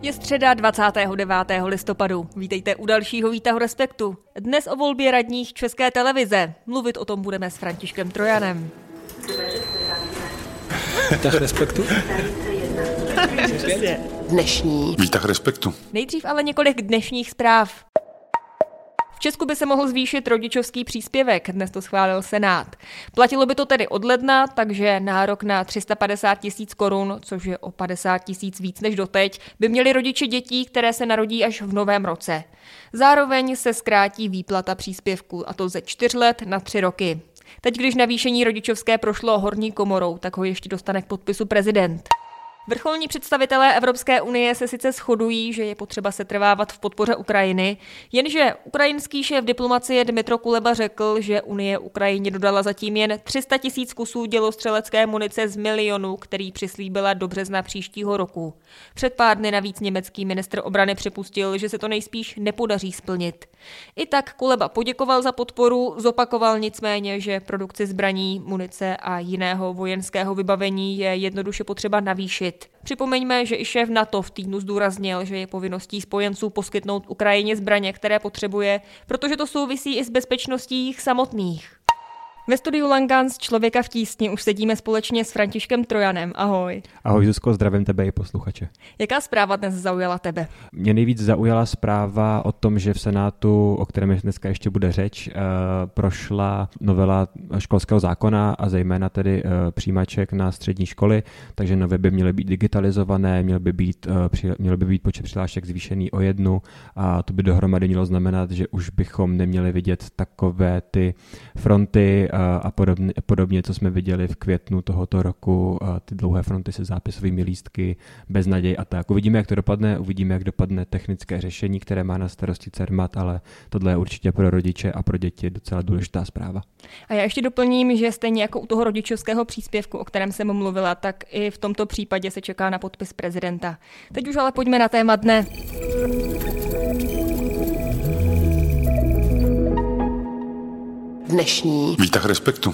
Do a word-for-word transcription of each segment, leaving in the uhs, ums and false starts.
Je středa dvacátého devátého listopadu. Vítejte u dalšího výtahu Respektu. Dnes o volbě radních České televize. Mluvit o tom budeme s Františkem Trojanem. Výtah Respektu? Dnešní Výtah Respektu. Nejdřív ale několik dnešních zpráv. V Česku by se mohl zvýšit rodičovský příspěvek, dnes to schválil Senát. Platilo by to tedy od ledna, takže nárok na tři sta padesát tisíc korun, což je o padesát tisíc víc než doteď, by měli rodiče dětí, které se narodí až v novém roce. Zároveň se zkrátí výplata příspěvku, a to ze čtyř let na tři roky. Teď, když navýšení rodičovské prošlo horní komorou, tak ho ještě dostane k podpisu prezident. Vrcholní představitelé Evropské unie se sice shodují, že je potřeba setrvávat v podpoře Ukrajiny, jenže ukrajinský šéf diplomacie Dmytro Kuleba řekl, že Unie Ukrajině dodala zatím jen tři sta tisíc kusů dělostřelecké munice z milionu, který přislíbila do března příštího roku. Před pár dny navíc německý ministr obrany připustil, že se to nejspíš nepodaří splnit. I tak Kuleba poděkoval za podporu, zopakoval nicméně, že produkci zbraní, munice a jiného vojenského vybavení je jednoduše potřeba navýšit. Připomeňme, že i šéf NATO v týdnu zdůraznil, že je povinností spojenců poskytnout Ukrajině zbraně, které potřebuje, protože to souvisí i s bezpečností jich samotných. Ve studiu Langan z Člověka v tísni už sedíme společně s Františkem Trojanem. Ahoj. Ahoj Zuzko, zdravím tebe i posluchače. Jaká zpráva dnes zaujala tebe? Mě nejvíc zaujala zpráva o tom, že v Senátu, o kterém dneska ještě bude řeč, eh, prošla novela školského zákona a zejména tedy eh, přijímaček na střední školy, takže nově by měly být digitalizované, měl by být, eh, při, měl by být počet přihlášek zvýšený o jednu a to by dohromady mělo znamenat, že už bychom neměli vidět takové ty fronty a podobně, podobně, co jsme viděli v květnu tohoto roku, ty dlouhé fronty se zápisovými lístky, bez naději a tak. Uvidíme, jak to dopadne, uvidíme, jak dopadne technické řešení, které má na starosti Cermat, ale tohle je určitě pro rodiče a pro děti docela důležitá zpráva. A já ještě doplním, že stejně jako u toho rodičovského příspěvku, o kterém jsem mluvila, tak i v tomto případě se čeká na podpis prezidenta. Teď už ale pojďme na téma dne. Dnešní Výtah Respektu.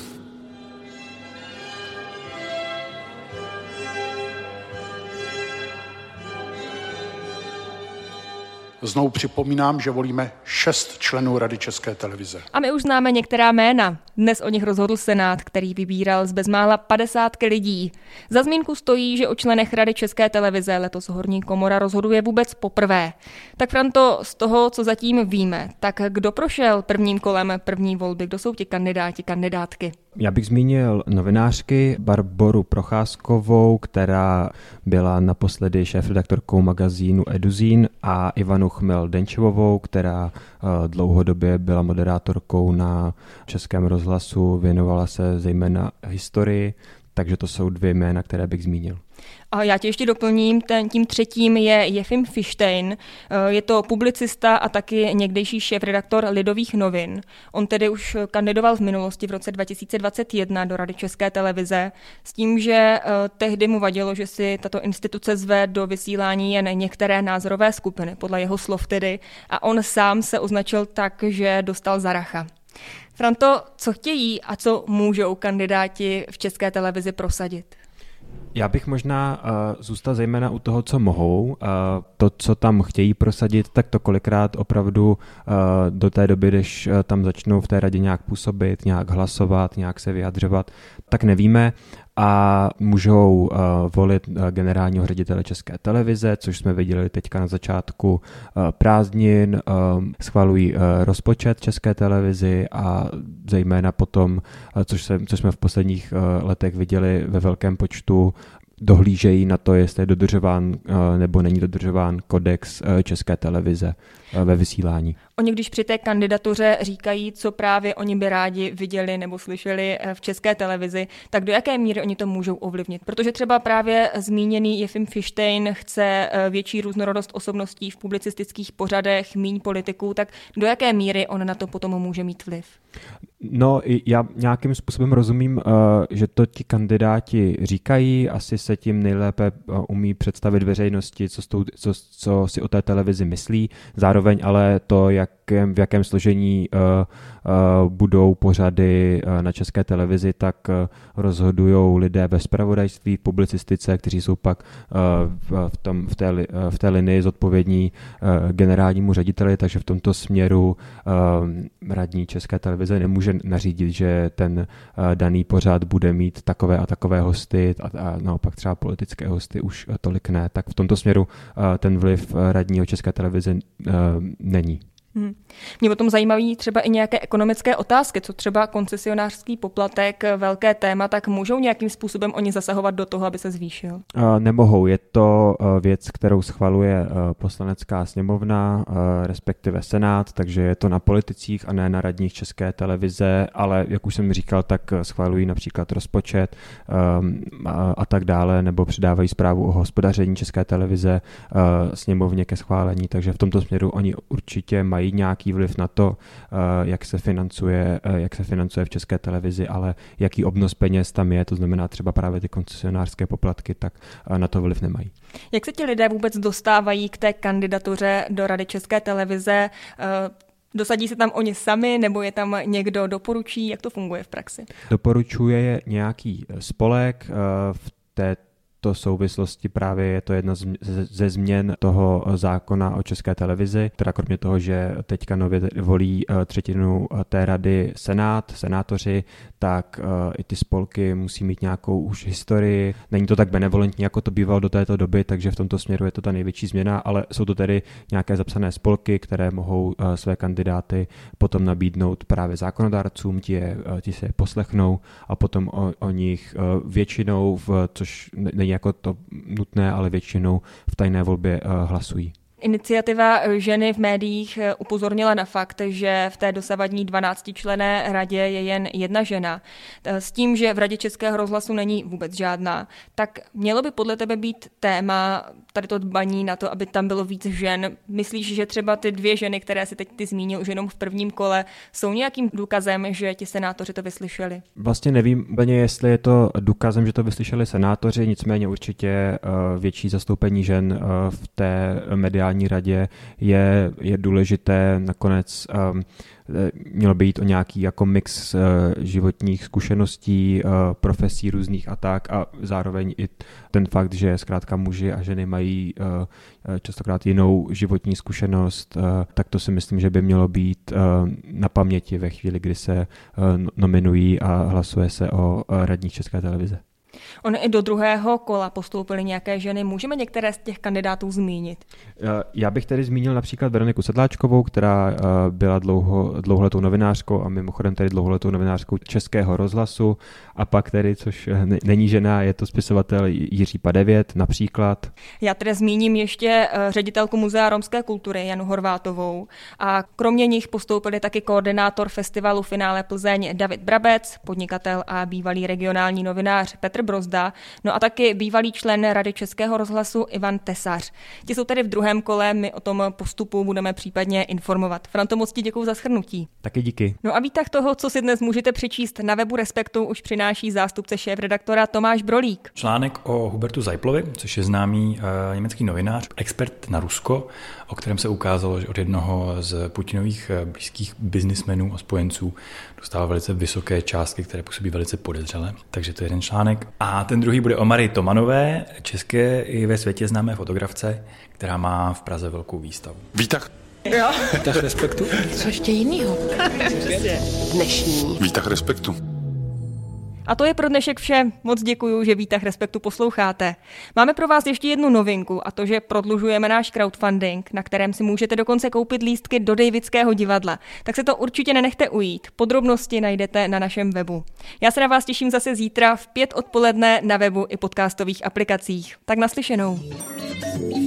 Znovu připomínám, že volíme šest členů Rady České televize. A my už známe některá jména. Dnes o nich rozhodl Senát, který vybíral z bezmála padesátky lidí. Za zmínku stojí, že o členech Rady České televize letos horní komora rozhoduje vůbec poprvé. Tak Franto, z toho, co zatím víme, tak kdo prošel prvním kolem první volby? Kdo jsou ti kandidáti, kandidátky? Já bych zmínil novinářky Barboru Procházkovou, která byla naposledy šéfredaktorkou magazínu Eduzín, a Ivanu Chmel-Denčevovou, která dlouhodobě byla moderátorkou na Českém rozhlasu, věnovala se zejména historii, takže to jsou dvě jména, které bych zmínil. A já tě ještě doplním, ten, tím třetím je Jefim Fištejn, je to publicista a taky někdejší šéfredaktor Lidových novin. On tedy už kandidoval v minulosti v roce dva tisíce dvacet jedna do Rady České televize s tím, že tehdy mu vadilo, že si tato instituce zve do vysílání jen některé názorové skupiny, podle jeho slov tedy, a on sám se označil tak, že dostal zaracha. Franto, co chtějí a co můžou kandidáti v České televizi prosadit? Já bych možná uh, zůstal zejména u toho, co mohou. Uh, to, co tam chtějí prosadit, tak to kolikrát opravdu uh, do té doby, než uh, tam začnou v té radě nějak působit, nějak hlasovat, nějak se vyjadřovat, tak nevíme. A můžou uh, volit uh, generálního ředitele České televize, což jsme viděli teďka na začátku uh, prázdnin, uh, schvalují uh, rozpočet České televizi a zejména potom, uh, což, se, což jsme v posledních uh, letech viděli ve velkém počtu, dohlížejí na to, jestli je dodržován uh, nebo není dodržován kodex uh, České televize uh, ve vysílání. Oni, když při té kandidatuře říkají, co právě oni by rádi viděli nebo slyšeli v České televizi, tak do jaké míry oni to můžou ovlivnit? Protože třeba právě zmíněný Jefim Fištejn chce větší různorodost osobností v publicistických pořadech, míň politiků, tak do jaké míry on na to potom může mít vliv? No, já nějakým způsobem rozumím, že to ti kandidáti říkají, asi se tím nejlépe umí představit veřejnosti, co, stou, co, co si o té televizi myslí, zároveň ale to, jak jakém, v jakém složení uh, uh, budou pořady uh, na České televizi, tak uh, rozhodují lidé ve zpravodajství, v publicistice, kteří jsou pak uh, v, tom, v, té, uh, v té linii zodpovědní uh, generálnímu řediteli, takže v tomto směru uh, radní České televize nemůže nařídit, že ten uh, daný pořad bude mít takové a takové hosty a, a naopak třeba politické hosty už uh, tolik ne. Tak v tomto směru uh, ten vliv uh, radního České televize uh, není. Hmm. Mě o tom zajímaví třeba i nějaké ekonomické otázky, co třeba koncesionářský poplatek, velké téma, tak můžou nějakým způsobem oni zasahovat do toho, aby se zvýšil? Uh, nemohou. Je to uh, věc, kterou schvaluje uh, poslanecká sněmovna, uh, respektive Senát, takže je to na politicích a ne na radních České televize, ale jak už jsem říkal, tak schvalují například rozpočet um, a, a tak dále, nebo přidávají zprávu o hospodaření České televize uh, sněmovně ke schválení, takže v tomto směru oni určitě mají nějaký vliv na to, jak se financuje, jak se financuje v České televizi, ale jaký obnos peněz tam je, to znamená třeba právě ty koncesionářské poplatky, tak na to vliv nemají. Jak se ti lidé vůbec dostávají k té kandidatuře do Rady České televize? Dosadí se tam oni sami, nebo je tam někdo doporučí? Jak to funguje v praxi? Doporučuje je nějaký spolek v té to souvislosti právě je to jedna ze změn toho zákona o České televizi, teda kromě toho, že teďka nově volí třetinu té rady Senát, senátoři, tak i ty spolky musí mít nějakou už historii. Není to tak benevolentní, jako to bývalo do této doby, takže v tomto směru je to ta největší změna, ale jsou to tedy nějaké zapsané spolky, které mohou své kandidáty potom nabídnout právě zákonodárcům, ti, je, ti se je poslechnou a potom o, o nich většinou, v, což není jako to nutné, ale většinou v tajné volbě hlasují. Iniciativa Ženy v médiích upozornila na fakt, že v té dosavadní dvanáctičlenné radě je jen jedna žena. S tím, že v Radě Českého rozhlasu není vůbec žádná, tak mělo by podle tebe být téma tady to dbaní na to, aby tam bylo víc žen. Myslíš, že třeba ty dvě ženy, které si teď ty zmínil už jenom v prvním kole, jsou nějakým důkazem, že ti senátoři to vyslyšeli? Vlastně nevím úplně, jestli je to důkazem, že to vyslyšeli senátoři, nicméně určitě větší zastoupení žen v té mediální radě je, je důležité. Nakonec um, mělo by jít o nějaký jako mix uh, životních zkušeností, uh, profesí různých a tak a zároveň i ten fakt, že zkrátka muži a ženy mají uh, častokrát jinou životní zkušenost, uh, tak to si myslím, že by mělo být uh, na paměti ve chvíli, kdy se uh, nominují a hlasuje se o uh, radních České televize. Ono i do druhého kola postoupily nějaké ženy. Můžeme některé z těch kandidátů zmínit? Já bych tedy zmínil například Veroniku Sedláčkovou, která byla dlouho, dlouholetou novinářkou a mimochodem tedy dlouholetou novinářkou Českého rozhlasu a pak tedy, což není žena, je to spisovatel Jiří Padevět například. Já tedy zmíním ještě ředitelku Muzea romské kultury Janu Horvátovou a kromě nich postoupili taky koordinátor festivalu Finále Plzeň David Brabec, podnikatel a bývalý regionální novinář Petr Brozda, no a taky bývalý člen Rady Českého rozhlasu Ivan Tesař. Ti jsou tady v druhém kole, my o tom postupu budeme případně informovat. Franto, moc ti děkuju za shrnutí. Taky díky. No a výtah toho, co si dnes můžete přečíst na webu Respektu, už přináší zástupce šéfredaktora Tomáš Brolík. Článek o Hubertu Seiplovi, což je známý uh, německý novinář, expert na Rusko, o kterém se ukázalo, že od jednoho z Putinových blízkých biznismenů a spojenců dostává velice vysoké částky, které působí velice podezřele. Takže to je jeden článek. A ten druhý bude o Marii Tomanové, české i ve světě známé fotografce, která má v Praze velkou výstavu. Výtah. Jo. Výtah Respektu. Co ještě jinýho? Dnešní. Výtah Respektu. A to je pro dnešek vše. Moc děkuju, že Výtah Respektu posloucháte. Máme pro vás ještě jednu novinku a to, že prodlužujeme náš crowdfunding, na kterém si můžete dokonce koupit lístky do Davidského divadla. Tak se to určitě nenechte ujít. Podrobnosti najdete na našem webu. Já se na vás těším zase zítra v pět odpoledne na webu i podcastových aplikacích. Tak naslyšenou.